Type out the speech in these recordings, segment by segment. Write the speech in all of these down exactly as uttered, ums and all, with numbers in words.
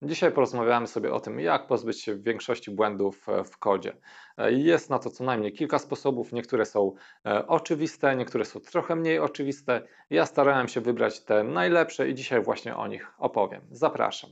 Dzisiaj porozmawiamy sobie o tym, jak pozbyć się większości błędów e, w kodzie. E, Jest na to co najmniej kilka sposobów. Niektóre są e, oczywiste, niektóre są trochę mniej oczywiste. Ja starałem się wybrać te najlepsze i dzisiaj właśnie o nich opowiem. Zapraszam.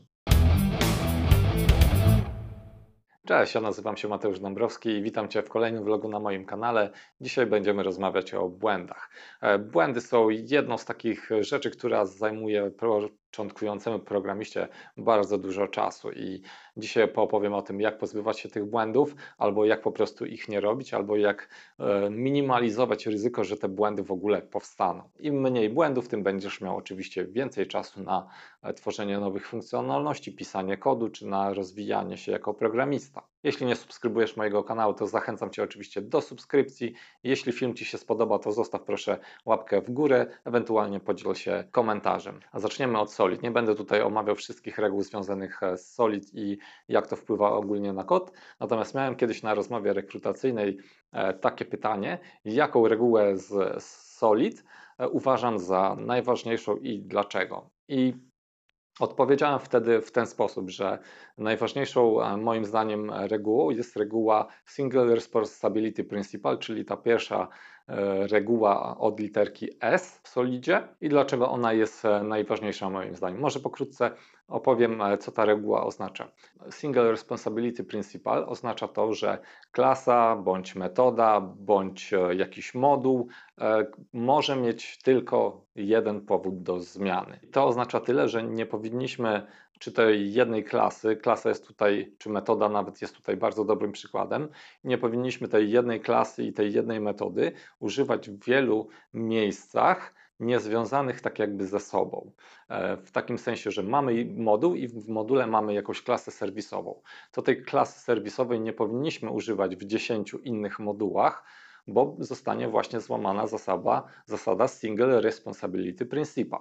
Cześć, ja nazywam się Mateusz Dąbrowski i witam Cię w kolejnym vlogu na moim kanale. Dzisiaj będziemy rozmawiać o błędach. E, Błędy są jedną z takich rzeczy, która zajmuje początkującemu programiście bardzo dużo czasu i dzisiaj opowiem o tym, jak pozbywać się tych błędów, albo jak po prostu ich nie robić, albo jak e, minimalizować ryzyko, że te błędy w ogóle powstaną. Im mniej błędów, tym będziesz miał oczywiście więcej czasu na e, tworzenie nowych funkcjonalności, pisanie kodu, czy na rozwijanie się jako programista. Jeśli nie subskrybujesz mojego kanału, to zachęcam Cię oczywiście do subskrypcji. Jeśli film Ci się spodoba, to zostaw proszę łapkę w górę, ewentualnie podziel się komentarzem. A zaczniemy od Solid. Nie będę tutaj omawiał wszystkich reguł związanych e, z Solid i jak to wpływa ogólnie na kod. Natomiast miałem kiedyś na rozmowie rekrutacyjnej e, takie pytanie, jaką regułę z Solid e, uważam za najważniejszą i dlaczego. I odpowiedziałem wtedy w ten sposób, że najważniejszą e, moim zdaniem regułą jest reguła Single Responsibility Principle, czyli ta pierwsza e, reguła od literki S w Solidzie. I dlaczego ona jest e, najważniejsza moim zdaniem? Może pokrótce opowiem, e, co ta reguła oznacza. Single Responsibility Principle oznacza to, że klasa bądź metoda bądź e, jakiś moduł e, może mieć tylko jeden powód do zmiany. To oznacza tyle, że nie powinniśmy czy tej jednej klasy, klasa jest tutaj, czy metoda nawet jest tutaj bardzo dobrym przykładem, nie powinniśmy tej jednej klasy i tej jednej metody używać w wielu miejscach niezwiązanych tak jakby ze sobą. E, W takim sensie, że mamy moduł i w module mamy jakąś klasę serwisową. To tej klasy serwisowej nie powinniśmy używać w dziesięciu innych modułach, bo zostanie właśnie złamana zasada, zasada Single Responsibility Principle.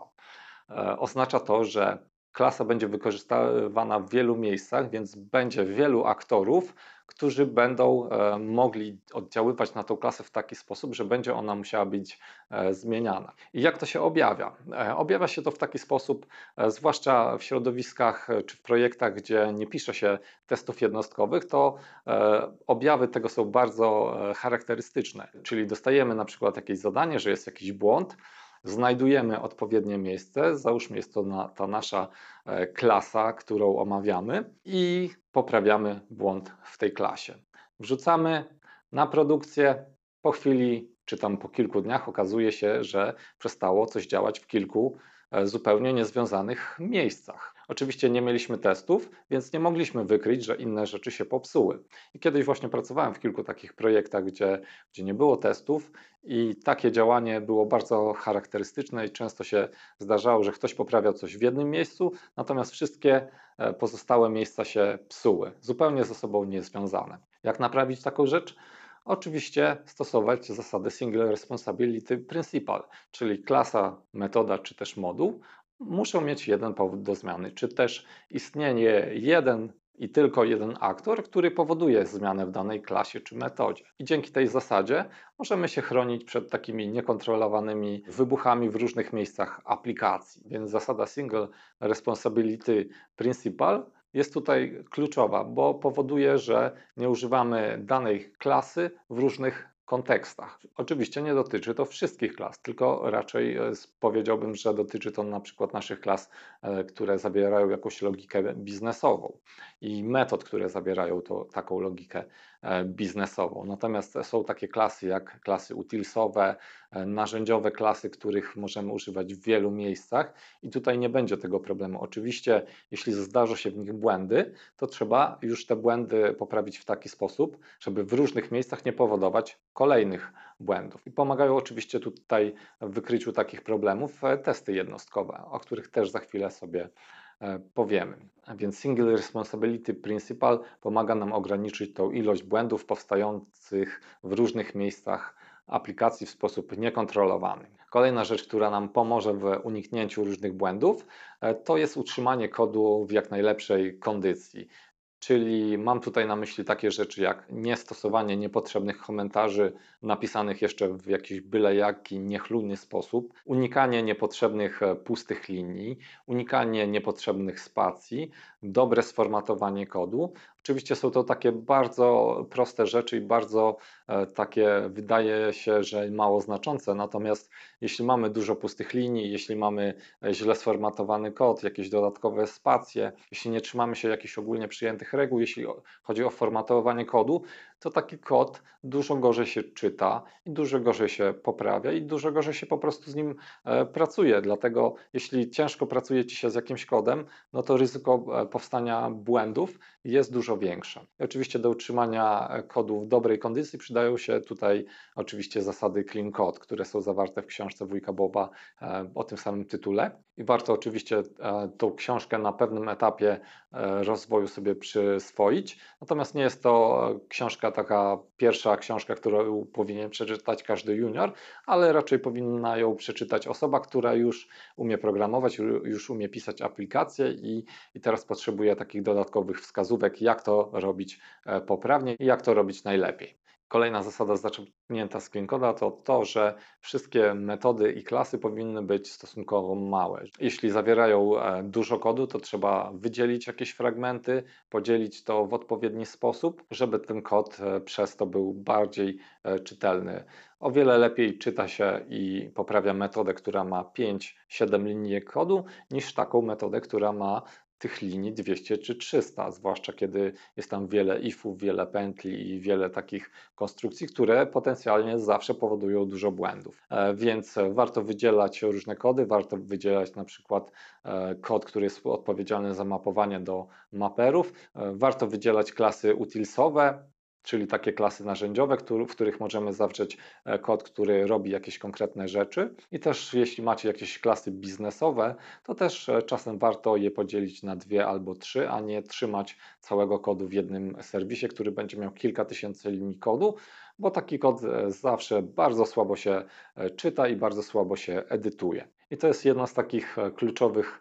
E, Oznacza to, że klasa będzie wykorzystywana w wielu miejscach, więc będzie wielu aktorów, którzy będą e, mogli oddziaływać na tą klasę w taki sposób, że będzie ona musiała być e, zmieniana. I jak to się objawia? E, Objawia się to w taki sposób, e, zwłaszcza w środowiskach e, czy w projektach, gdzie nie pisze się testów jednostkowych, to e, objawy tego są bardzo e, charakterystyczne. Czyli dostajemy na przykład jakieś zadanie, że jest jakiś błąd, znajdujemy odpowiednie miejsce, załóżmy jest to na, ta nasza e, klasa, którą omawiamy i poprawiamy błąd w tej klasie. Wrzucamy na produkcję, po chwili czy tam po kilku dniach okazuje się, że przestało coś działać w kilku e, zupełnie niezwiązanych miejscach. Oczywiście nie mieliśmy testów, więc nie mogliśmy wykryć, że inne rzeczy się popsuły. I kiedyś właśnie pracowałem w kilku takich projektach, gdzie, gdzie nie było testów i takie działanie było bardzo charakterystyczne i często się zdarzało, że ktoś poprawiał coś w jednym miejscu, natomiast wszystkie e, pozostałe miejsca się psuły, zupełnie ze sobą niezwiązane. Jak naprawić taką rzecz? Oczywiście stosować zasadę Single Responsibility Principle, czyli klasa, metoda czy też moduł muszą mieć jeden powód do zmiany, czy też istnienie jeden i tylko jeden aktor, który powoduje zmianę w danej klasie czy metodzie. I dzięki tej zasadzie możemy się chronić przed takimi niekontrolowanymi wybuchami w różnych miejscach aplikacji. Więc zasada Single Responsibility Principle jest tutaj kluczowa, bo powoduje, że nie używamy danej klasy w różnych kontekstach. Oczywiście nie dotyczy to wszystkich klas, tylko raczej e, powiedziałbym, że dotyczy to na przykład naszych klas, e, które zawierają jakąś logikę biznesową i metod, które zawierają to, taką logikę e, biznesową. Natomiast są takie klasy jak klasy utilsowe, e, narzędziowe klasy, których możemy używać w wielu miejscach i tutaj nie będzie tego problemu. Oczywiście, jeśli zdarzą się w nich błędy, to trzeba już te błędy poprawić w taki sposób, żeby w różnych miejscach nie powodować kolejnych błędów. I pomagają oczywiście tutaj w wykryciu takich problemów e, testy jednostkowe, o których też za chwilę sobie e, powiemy. A więc Single Responsibility Principle pomaga nam ograniczyć tą ilość błędów powstających w różnych miejscach aplikacji w sposób niekontrolowany. Kolejna rzecz, która nam pomoże w uniknięciu różnych błędów, e, to jest utrzymanie kodu w jak najlepszej kondycji. Czyli mam tutaj na myśli takie rzeczy jak niestosowanie niepotrzebnych komentarzy napisanych jeszcze w jakiś byle jaki niechlujny sposób, unikanie niepotrzebnych e, pustych linii, unikanie niepotrzebnych spacji, dobre sformatowanie kodu. Oczywiście są to takie bardzo proste rzeczy i bardzo e, takie wydaje się, że mało znaczące, natomiast jeśli mamy dużo pustych linii, jeśli mamy e, źle sformatowany kod, jakieś dodatkowe spacje, jeśli nie trzymamy się jakichś ogólnie przyjętych reguł, jeśli chodzi o formatowanie kodu, to taki kod dużo gorzej się czyta i dużo gorzej się poprawia i dużo gorzej się po prostu z nim e, pracuje. Dlatego jeśli ciężko pracuje Ci się z jakimś kodem, no to ryzyko e, powstania błędów jest dużo większe. I oczywiście do utrzymania e, kodu w dobrej kondycji przydają się tutaj oczywiście zasady Clean Code, które są zawarte w książce wujka Boba e, o tym samym tytule. I warto oczywiście e, tą książkę na pewnym etapie e, rozwoju sobie przyswoić. Natomiast nie jest to książka taka pierwsza książka, którą powinien przeczytać każdy junior, ale raczej powinna ją przeczytać osoba, która już umie programować, już umie pisać aplikacje i, i teraz potrzebuje takich dodatkowych wskazówek, jak to robić e, poprawnie i jak to robić najlepiej. Kolejna zasada zaczerpnięta z Clean Code'a to to, że wszystkie metody i klasy powinny być stosunkowo małe. Jeśli zawierają e, dużo kodu, to trzeba wydzielić jakieś fragmenty, podzielić to w odpowiedni sposób, żeby ten kod e, przez to był bardziej e, czytelny. O wiele lepiej czyta się i poprawia metodę, która ma pięć siedem linii kodu, niż taką metodę, która ma tych linii dwieście czy trzysta, zwłaszcza kiedy jest tam wiele ifów, wiele pętli i wiele takich konstrukcji, które potencjalnie zawsze powodują dużo błędów. E, Więc warto wydzielać różne kody, warto wydzielać na przykład e, kod, który jest odpowiedzialny za mapowanie do maperów, e, warto wydzielać klasy utilsowe, czyli takie klasy narzędziowe, w których możemy zawrzeć e, kod, który robi jakieś konkretne rzeczy. I też jeśli macie jakieś klasy biznesowe, to też e, czasem warto je podzielić na dwie albo trzy, a nie trzymać całego kodu w jednym serwisie, który będzie miał kilka tysięcy linii kodu, bo taki kod e, zawsze bardzo słabo się e, czyta i bardzo słabo się edytuje. I to jest jedna z takich e, kluczowych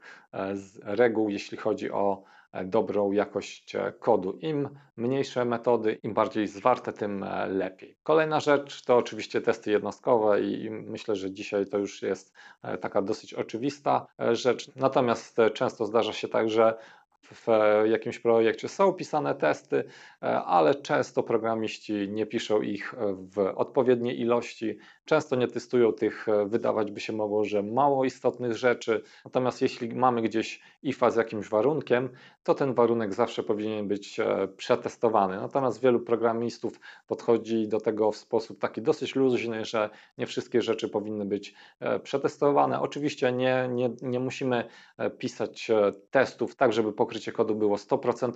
reguł, jeśli chodzi o dobrą jakość kodu. Im mniejsze metody, im bardziej zwarte, tym lepiej. Kolejna rzecz to oczywiście testy jednostkowe i myślę, że dzisiaj to już jest taka dosyć oczywista rzecz. Natomiast często zdarza się tak, że w jakimś projekcie są pisane testy, ale często programiści nie piszą ich w odpowiedniej ilości, często nie testują tych, wydawać by się mogło, że mało istotnych rzeczy. Natomiast jeśli mamy gdzieś ifa z jakimś warunkiem, to ten warunek zawsze powinien być przetestowany. Natomiast wielu programistów podchodzi do tego w sposób taki dosyć luźny, że nie wszystkie rzeczy powinny być przetestowane. Oczywiście nie, nie, nie musimy pisać testów tak, żeby pokrycie kodu było sto procent,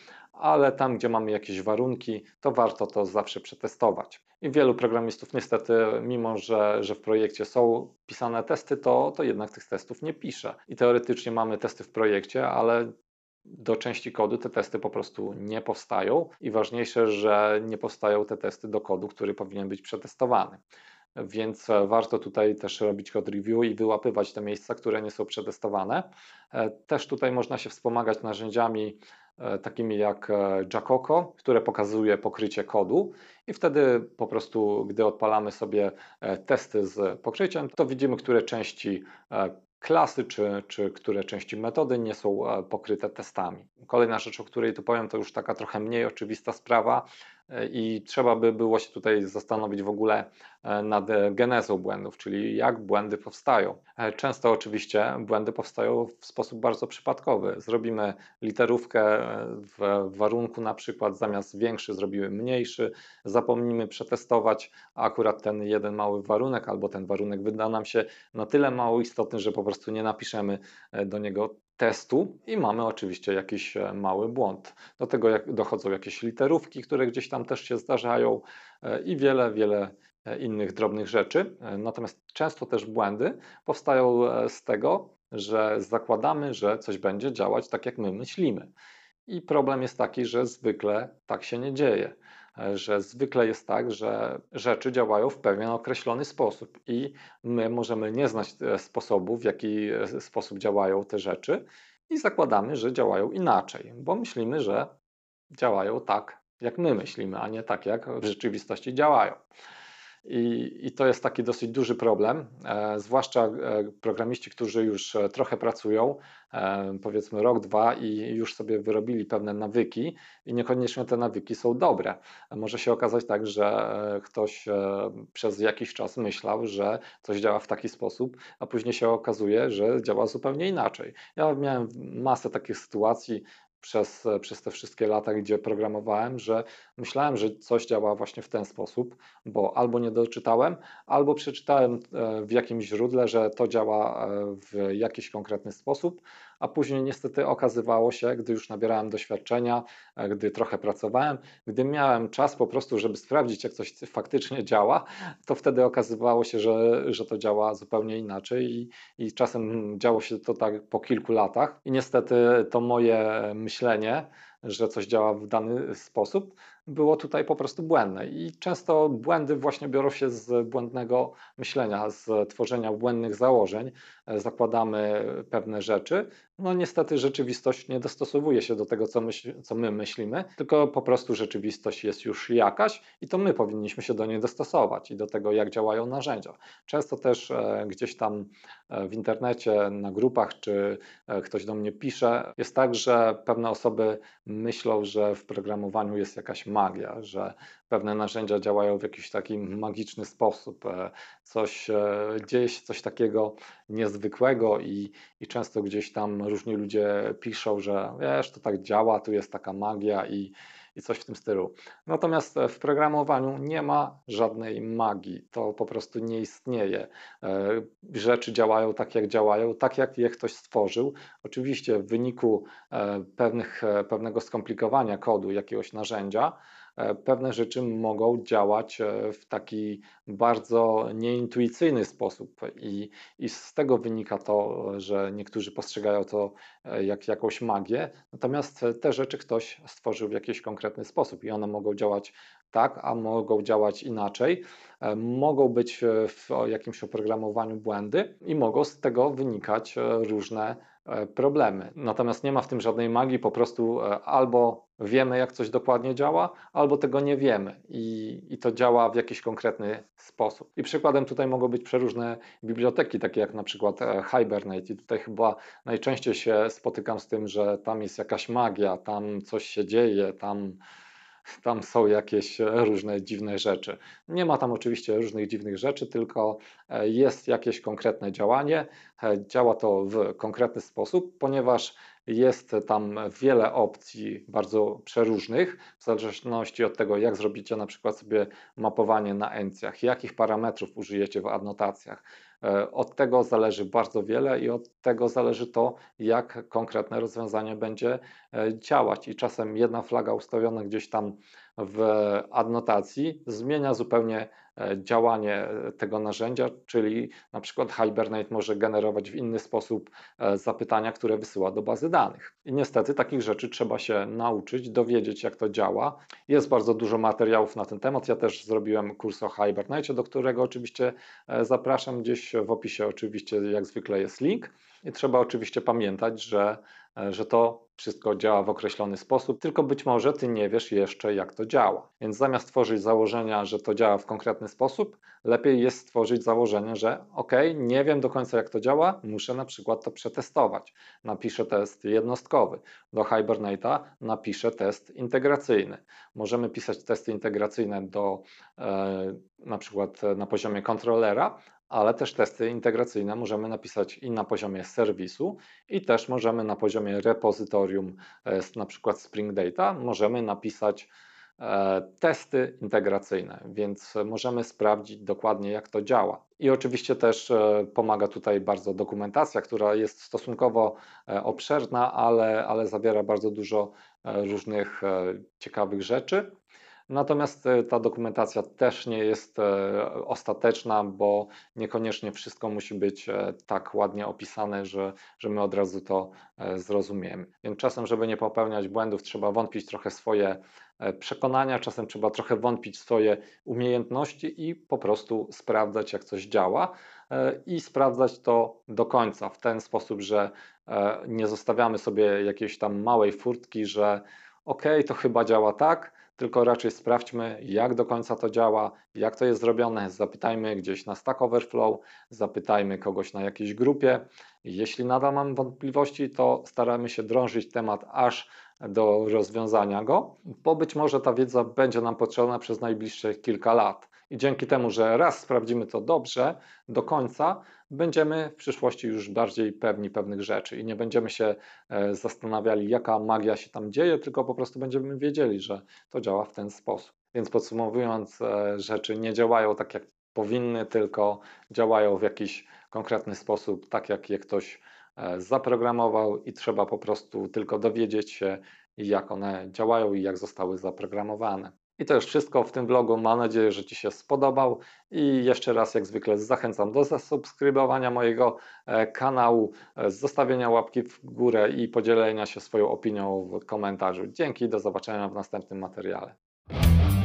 ale tam, gdzie mamy jakieś warunki, to warto to zawsze przetestować. I wielu programistów niestety, mimo że, że w projekcie są pisane testy, to, to jednak tych testów nie pisze. I teoretycznie mamy testy w projekcie, ale do części kodu te testy po prostu nie powstają i ważniejsze, że nie powstają te testy do kodu, który powinien być przetestowany. Więc warto tutaj też robić code review i wyłapywać te miejsca, które nie są przetestowane. Też tutaj można się wspomagać narzędziami takimi jak Jacoco, które pokazuje pokrycie kodu i wtedy po prostu, gdy odpalamy sobie testy z pokryciem, to widzimy, które części klasy czy, czy które części metody nie są pokryte testami. Kolejna rzecz, o której tu powiem, to już taka trochę mniej oczywista sprawa i trzeba by było się tutaj zastanowić w ogóle nad genezą błędów, czyli jak błędy powstają. Często oczywiście błędy powstają w sposób bardzo przypadkowy. Zrobimy literówkę w warunku na przykład, zamiast większy zrobimy mniejszy, zapomnimy przetestować, a akurat ten jeden mały warunek albo ten warunek wyda nam się na tyle mało istotny, że po prostu nie napiszemy do niego testu i mamy oczywiście jakiś mały błąd. Do tego jak dochodzą jakieś literówki, które gdzieś tam też się zdarzają i wiele, wiele innych drobnych rzeczy. Natomiast często też błędy powstają z tego, że zakładamy, że coś będzie działać tak, jak my myślimy. I problem jest taki, że zwykle tak się nie dzieje. Że zwykle jest tak, że rzeczy działają w pewien określony sposób i my możemy nie znać sposobu, w jaki sposób działają te rzeczy i zakładamy, że działają inaczej, bo myślimy, że działają tak, jak my myślimy, a nie tak, jak w rzeczywistości działają. I, I to jest taki dosyć duży problem, e, zwłaszcza e, programiści, którzy już e, trochę pracują, e, powiedzmy rok, dwa i już sobie wyrobili pewne nawyki i niekoniecznie te nawyki są dobre. Może się okazać tak, że e, ktoś e, przez jakiś czas myślał, że coś działa w taki sposób, a później się okazuje, że działa zupełnie inaczej. Ja miałem masę takich sytuacji przez, przez te wszystkie lata, gdzie programowałem, że myślałem, że coś działa właśnie w ten sposób, bo albo nie doczytałem, albo przeczytałem e, w jakimś źródle, że to działa e, w jakiś konkretny sposób, a później niestety okazywało się, gdy już nabierałem doświadczenia, e, gdy trochę pracowałem, gdy miałem czas po prostu, żeby sprawdzić, jak coś faktycznie działa, to wtedy okazywało się, że, że to działa zupełnie inaczej i, i czasem działo się to tak po kilku latach i niestety to moje myślenie, że coś działa w dany sposób, było tutaj po prostu błędne. I często błędy właśnie biorą się z błędnego myślenia, z tworzenia błędnych założeń. E, Zakładamy pewne rzeczy. No niestety rzeczywistość nie dostosowuje się do tego, co, myśl, co my myślimy, tylko po prostu rzeczywistość jest już jakaś i to my powinniśmy się do niej dostosować i do tego, jak działają narzędzia. Często też e, gdzieś tam e, w internecie, na grupach, czy e, ktoś do mnie pisze, jest tak, że pewne osoby myślą, że w programowaniu jest jakaś magia, że pewne narzędzia działają w jakiś taki magiczny sposób, e, coś e, dzieje się coś takiego niezwykłego i, i często gdzieś tam różni ludzie piszą, że wiesz, to tak działa, tu jest taka magia i, i coś w tym stylu. Natomiast w programowaniu nie ma żadnej magii, to po prostu nie istnieje. E, Rzeczy działają tak, jak działają, tak jak je ktoś stworzył. Oczywiście w wyniku e, pewnych, e, pewnego skomplikowania kodu jakiegoś narzędzia, e, pewne rzeczy mogą działać e, w taki bardzo nieintuicyjny sposób i, i z tego wynika to, że niektórzy postrzegają to e, jak jakąś magię, natomiast te rzeczy ktoś stworzył w jakiś konkretny sposób i one mogą działać tak, a mogą działać inaczej. E, Mogą być e, w jakimś oprogramowaniu błędy i mogą z tego wynikać e, różne e, problemy. Natomiast nie ma w tym żadnej magii, po prostu e, albo wiemy, jak coś dokładnie działa, albo tego nie wiemy i, i to działa w jakiś konkretny sposób. I przykładem tutaj mogą być przeróżne biblioteki, takie jak na przykład e, Hibernate. I tutaj chyba najczęściej się spotykam z tym, że tam jest jakaś magia, tam coś się dzieje, tam tam są jakieś różne dziwne rzeczy. Nie ma tam oczywiście różnych dziwnych rzeczy, tylko e, jest jakieś konkretne działanie. E, Działa to w konkretny sposób, ponieważ jest tam wiele opcji bardzo przeróżnych, w zależności od tego, jak zrobicie na przykład sobie mapowanie na encjach, jakich parametrów użyjecie w adnotacjach. E, Od tego zależy bardzo wiele i od tego zależy to, jak konkretne rozwiązanie będzie e, działać. I czasem jedna flaga ustawiona gdzieś tam w adnotacji zmienia zupełnie e, działanie e, tego narzędzia, czyli na przykład Hibernate może generować w inny sposób e, zapytania, które wysyła do bazy danych. I niestety takich rzeczy trzeba się nauczyć, dowiedzieć, jak to działa. Jest bardzo dużo materiałów na ten temat. Ja też zrobiłem kurs o Hibernate, do którego oczywiście e, zapraszam. Gdzieś w opisie oczywiście jak zwykle jest link. I trzeba oczywiście pamiętać, że, e, że to wszystko działa w określony sposób, tylko być może ty nie wiesz jeszcze, jak to działa. Więc zamiast tworzyć założenia, że to działa w konkretny sposób, lepiej jest stworzyć założenie, że ok, nie wiem do końca, jak to działa, muszę na przykład to przetestować. Napiszę test jednostkowy. Do Hibernate'a napiszę test integracyjny. Możemy pisać testy integracyjne do e, na przykład na poziomie kontrolera, ale też testy integracyjne możemy napisać i na poziomie serwisu, i też możemy na poziomie repozytorium, e, na przykład Spring Data, możemy napisać e, testy integracyjne, więc możemy sprawdzić dokładnie, jak to działa. I oczywiście też e, pomaga tutaj bardzo dokumentacja, która jest stosunkowo e, obszerna, ale, ale zawiera bardzo dużo e, różnych e, ciekawych rzeczy. Natomiast e, ta dokumentacja też nie jest e, ostateczna, bo niekoniecznie wszystko musi być e, tak ładnie opisane, że, że my od razu to e, zrozumiemy. Więc czasem, żeby nie popełniać błędów, trzeba wątpić trochę w swoje e, przekonania, czasem trzeba trochę wątpić w swoje umiejętności i po prostu sprawdzać, jak coś działa e, i sprawdzać to do końca w ten sposób, że e, nie zostawiamy sobie jakiejś tam małej furtki, że ok, to chyba działa tak, tylko raczej sprawdźmy, jak do końca to działa, jak to jest zrobione. Zapytajmy gdzieś na Stack Overflow, zapytajmy kogoś na jakiejś grupie. Jeśli nadal mam wątpliwości, to staramy się drążyć temat aż do rozwiązania go, bo być może ta wiedza będzie nam potrzebna przez najbliższych kilka lat. I dzięki temu, że raz sprawdzimy to dobrze, do końca, będziemy w przyszłości już bardziej pewni pewnych rzeczy i nie będziemy się e, zastanawiali, jaka magia się tam dzieje, tylko po prostu będziemy wiedzieli, że to działa w ten sposób. Więc podsumowując, e, rzeczy nie działają tak, jak powinny, tylko działają w jakiś konkretny sposób, tak jak je ktoś e, zaprogramował i trzeba po prostu tylko dowiedzieć się, jak one działają i jak zostały zaprogramowane. I to już wszystko w tym vlogu. Mam nadzieję, że Ci się spodobał i jeszcze raz jak zwykle zachęcam do zasubskrybowania mojego e, kanału, e, zostawienia łapki w górę i podzielenia się swoją opinią w komentarzu. Dzięki, do zobaczenia w następnym materiale.